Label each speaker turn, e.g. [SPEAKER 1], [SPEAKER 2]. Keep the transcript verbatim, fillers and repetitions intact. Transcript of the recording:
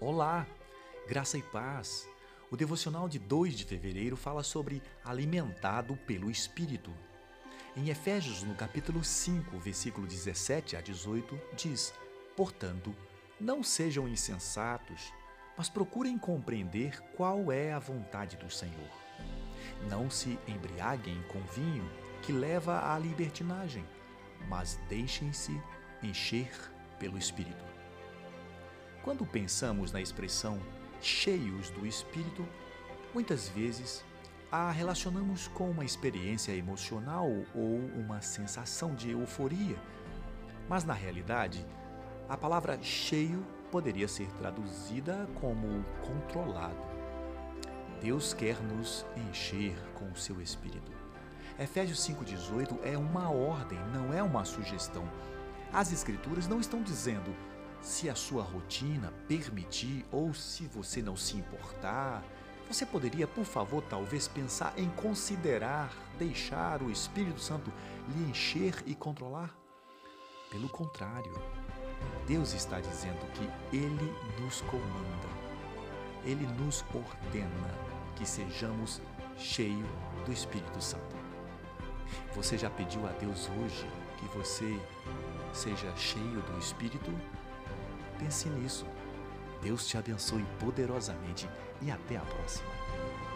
[SPEAKER 1] Olá, graça e paz. O devocional de dois de fevereiro fala sobre alimentado pelo Espírito. Em Efésios, no capítulo cinco, versículo dezessete a dezoito, diz: Portanto, não sejam insensatos, mas procurem compreender qual é a vontade do Senhor. Não se embriaguem com vinho, que leva à libertinagem, mas deixem-se encher pelo Espírito. Quando pensamos na expressão cheios do Espírito, muitas vezes a relacionamos com uma experiência emocional ou uma sensação de euforia. Mas na realidade, a palavra cheio poderia ser traduzida como controlado. Deus quer nos encher com o seu Espírito. Efésios cinco, dezoito é uma ordem, não é uma sugestão. As Escrituras não estão dizendo: se a sua rotina permitir ou se você não se importar, você poderia, por favor, talvez pensar em considerar deixar o Espírito Santo lhe encher e controlar? Pelo contrário, Deus está dizendo que Ele nos comanda, Ele nos ordena que sejamos cheios do Espírito Santo. Você já pediu a Deus hoje que você seja cheio do Espírito? Pense nisso. Deus te abençoe poderosamente e até a próxima.